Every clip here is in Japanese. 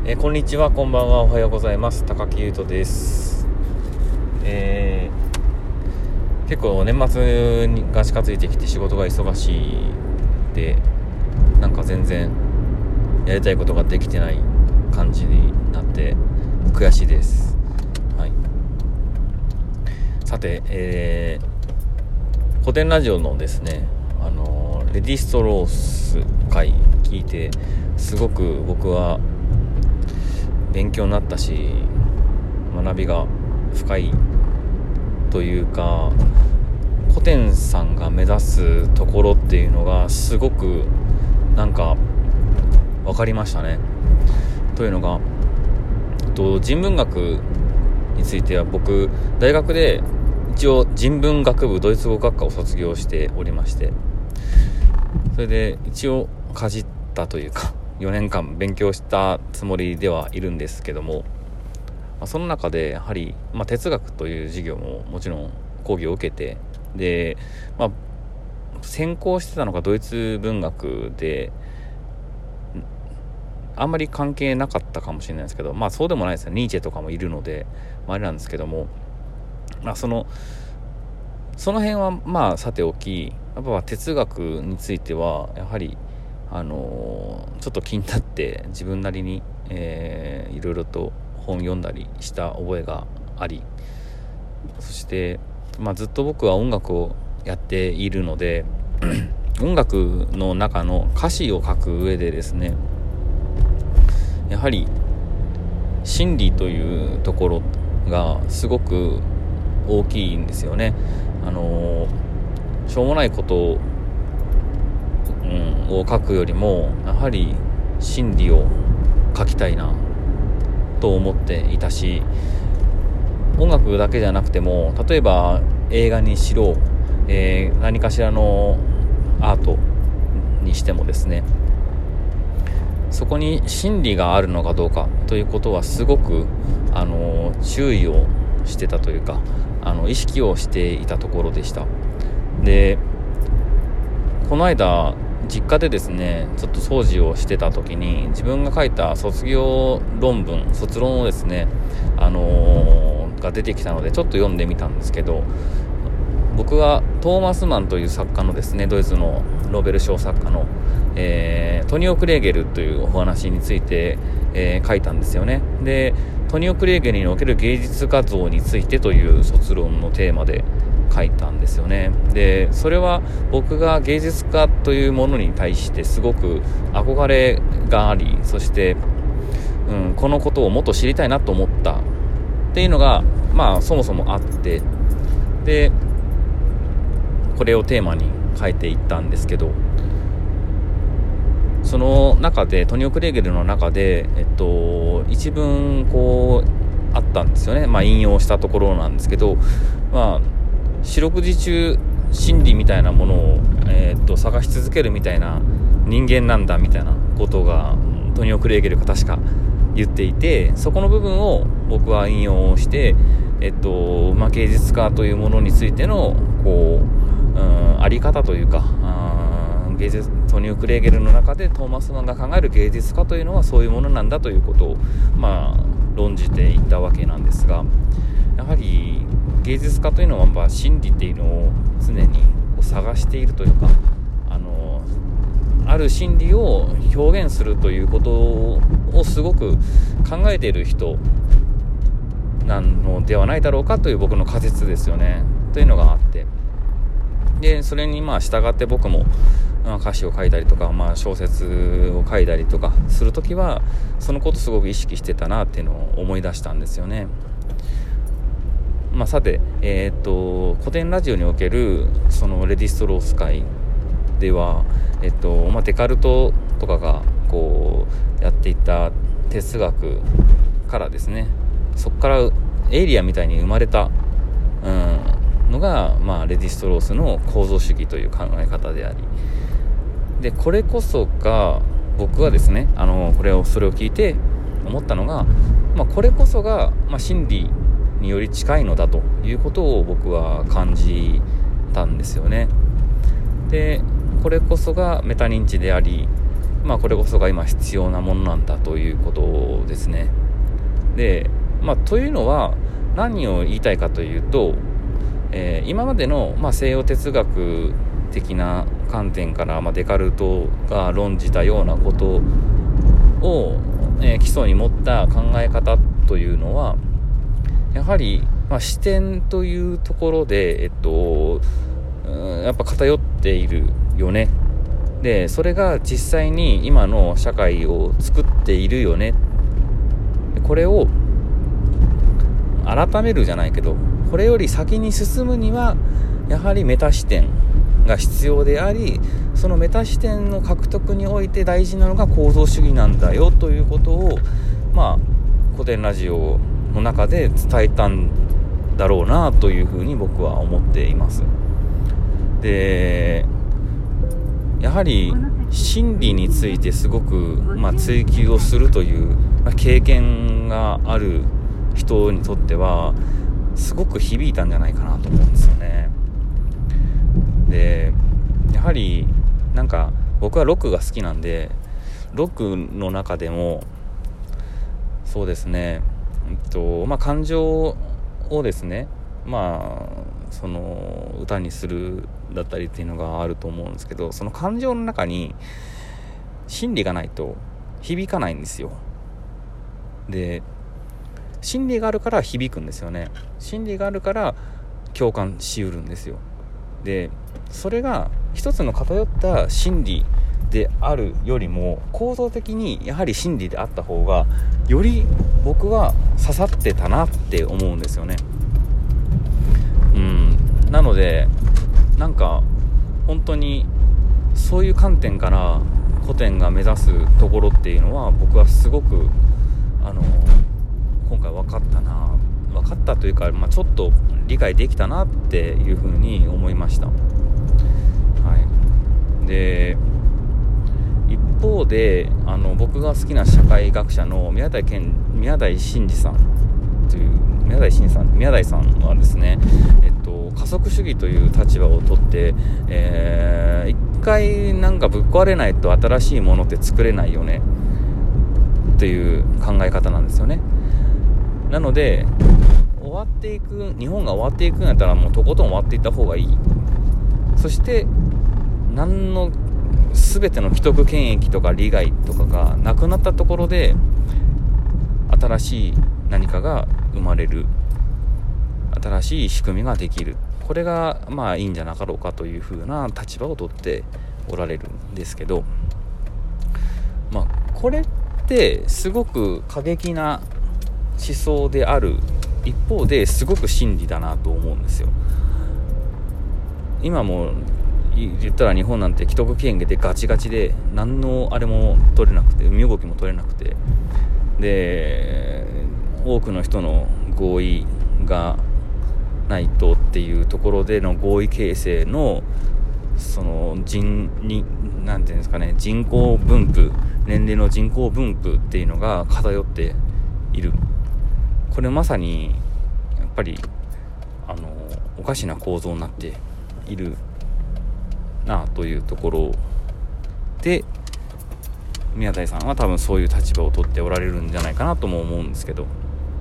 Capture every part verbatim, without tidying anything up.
えー、こんにちは、こんばんは、おはようございます。高木優斗です。えー、結構年末が近づいてきて仕事が忙しいで、なんか全然やりたいことができてない感じになって悔しいです。はい。さて、えー、古典ラジオのですね、あのレディストロース回聞いてすごく僕は勉強になったし、学びが深いというか、古典さんが目指すところっていうのがすごくなんか分かりましたね。というのが、と人文学については僕大学で一応人文学部ドイツ語学科を卒業しておりまして、それで一応かじったというかよねんかん勉強したつもりではいるんですけども、まあ、その中でやはり、まあ、哲学という授業ももちろん講義を受けて、で、まあ、専攻してたのがドイツ文学であんまり関係なかったかもしれないですけど、まあそうでもないですよ。ニーチェとかもいるので、まあ、あれなんですけども、まあ、そのその辺はまあさておき、やっぱ哲学についてはやはりあのー、ちょっと気になって自分なりに、えー、いろいろと本読んだりした覚えがあり、そして、まあ、ずっと僕は音楽をやっているので音楽の中の歌詞を書く上でですね、やはり心理というところがすごく大きいんですよね。あのー、しょうもないことをうん、を書くよりもやはり真理を書きたいなと思っていたし、音楽だけじゃなくても例えば映画にしろ、えー、何かしらのアートにしてもですね、そこに真理があるのかどうかということはすごくあの注意をしてたというか、あの意識をしていたところでした。で、この間実家でですね、ちょっと掃除をしてた時に自分が書いた卒業論文、卒論をですね、あのー、が出てきたのでちょっと読んでみたんですけど、僕はトーマス・マンという作家のですね、ドイツのノーベル賞作家の、えー、トニオ・クレーゲルというお話について、えー、書いたんですよね。で、トニオ・クレーゲルにおける芸術画像についてという卒論のテーマで書いたんですよね。で、それは僕が芸術家というものに対してすごく憧れがあり、そして、うん、このことをもっと知りたいなと思ったっていうのがまあそもそもあって、でこれをテーマに書いていったんですけど、その中でトニオ・クレーゲルの中で、えっと、一文こうあったんですよね。まあ引用したところなんですけど、まあ四六時中真理みたいなものを、えー、っと探し続けるみたいな人間なんだみたいなことがトニオ・クレーゲルが確か言っていて、そこの部分を僕は引用して、えっとまあ、芸術家というものについてのこう、うん、あり方というか、うん、芸術トニオ・クレーゲルの中でトーマス・マンが考える芸術家というのはそういうものなんだということを、まあ、論じていったわけなんですが、やはり芸術家というのはまあ真理っていうのを常に探しているというか、あのある真理を表現するということをすごく考えている人なのではないだろうかという僕の仮説ですよね。というのがあって、でそれにまあ従って僕も歌詞を書いたりとか、まあ、小説を書いたりとかするときはそのことすごく意識してたなっていうのを思い出したんですよね。まあ、さて、えー、と古典ラジオにおけるそのレディストロース会では、えっとまあ、デカルトとかがこうやっていった哲学からですね、そこからエイリアンみたいに生まれた、うん、のが、まあ、レディストロースの構造主義という考え方であり、でこれこそが僕はですね、あのこれをそれを聞いて思ったのが、まあ、これこそが、まあ、真理により近いのだということを僕は感じたんですよね。でこれこそがメタ認知であり、 まあこれこそが今必要なものなんだということですね。で、まあというのは何を言いたいかというと、えー、今までの、まあ、西洋哲学的な観点から、まあ、デカルトが論じたようなことを、えー、基礎に持った考え方というのはやはり、まあ、視点というところで、えっと、うんやっぱ偏っているよね。でそれが実際に今の社会を作っているよね。これを改めるじゃないけど、これより先に進むにはやはりメタ視点が必要であり、そのメタ視点の獲得において大事なのが構造主義なんだよということを、まあ古典ラジオの中で伝えたんだろうなというふうに僕は思っています。でやはり心理についてすごく、まあ、追求をするという、まあ、経験がある人にとってはすごく響いたんじゃないかなと思うんですよね。でやはりなんか僕はロックが好きなんで、ロックの中でもそうですね、えっとまあ、感情をですね、まあその歌にするだったりっていうのがあると思うんですけど、その感情の中に心理がないと響かないんですよ。で心理があるから響くんですよね。心理があるから共感しうるんですよ。でそれが一つの偏った心理であるよりも構造的にやはり心理であった方がより僕は刺さってたなって思うんですよね。うんなのでなんか本当にそういう観点から古典が目指すところっていうのは僕はすごくあの今回分かったな分かったというか、まあ、ちょっと理解できたなっていうふうに思いました。はい、で一方であの僕が好きな社会学者の宮台健宮台真司さんという宮台真司さん宮台さんはですね、えっと、加速主義という立場をとって、えー、一回なんかぶっ壊れないと新しいものって作れないよねという考え方なんですよね。なので終わっていく日本が終わっていくんやったらもうとことん終わっていった方がいい。そして何の全ての既得権益とか利害とかがなくなったところで新しい何かが生まれる、新しい仕組みができる、これがまあいいんじゃなかろうかというふうな立場を取っておられるんですけど、まあこれってすごく過激な思想である一方ですごく真理だなと思うんですよ。今も言ったら日本なんて既得権益でガチガチで何のあれも取れなくて身動きも取れなくて、で多くの人の合意がないとっていうところでの合意形成のその人になんていうんですかね、人口分布年齢の人口分布っていうのが偏っている。これまさにやっぱりあのおかしな構造になっているなというところで、宮台さんは多分そういう立場を取っておられるんじゃないかなとも思うんですけど、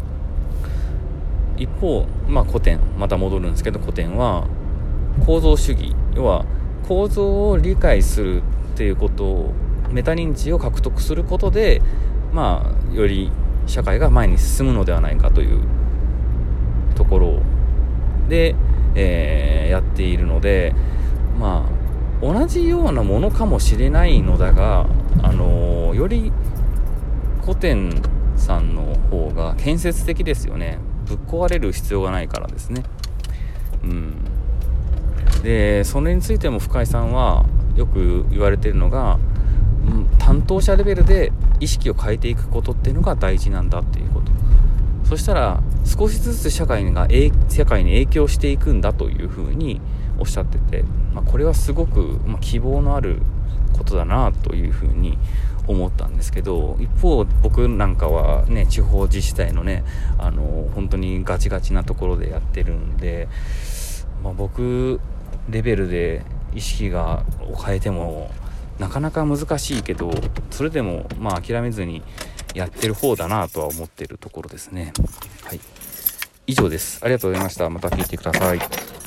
一方、まあ、古典また戻るんですけど、古典は構造主義、要は構造を理解するっていうことをメタ認知を獲得することで、まあ、より社会が前に進むのではないかというところで、えー、やっているので、まあ同じようなものかもしれないのだが、あのー、より古典さんの方が建設的ですよね。ぶっ壊れる必要がないからですね。うん、でそれについても深井さんはよく言われているのが、うん、担当者レベルで意識を変えていくことっていうのが大事なんだっていうこと。そしたら少しずつ社会が社会に影響していくんだというふうにおっしゃってて、まあ、これはすごく、まあ、希望のあることだなというふうに思ったんですけど、一方僕なんかはね地方自治体のねあの本当にガチガチなところでやってるんで、まあ、僕レベルで意識がを変えてもなかなか難しいけど、それでもまあ諦めずにやってる方だなとは思っているところですね。はい、以上です。ありがとうございました。また聞いてください。